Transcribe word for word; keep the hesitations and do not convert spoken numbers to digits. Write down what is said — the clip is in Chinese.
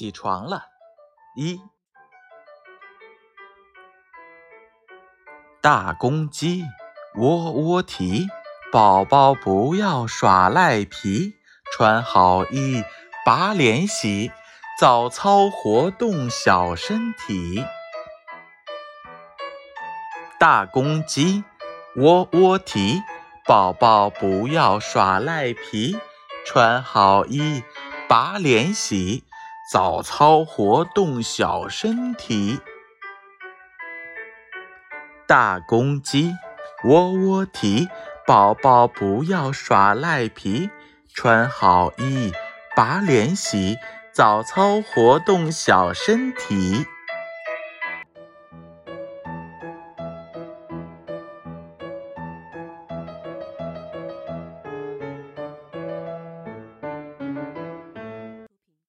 起床了。一，大公鸡喔喔啼，宝宝不要耍赖皮，穿好衣，把脸洗，早操活动小身体。大公鸡喔喔啼，宝宝不要耍赖皮，穿好衣，把脸洗，早操活动小身体。大公鸡喔喔啼，宝宝不要耍赖皮，穿好衣，把脸洗，早操活动小身体。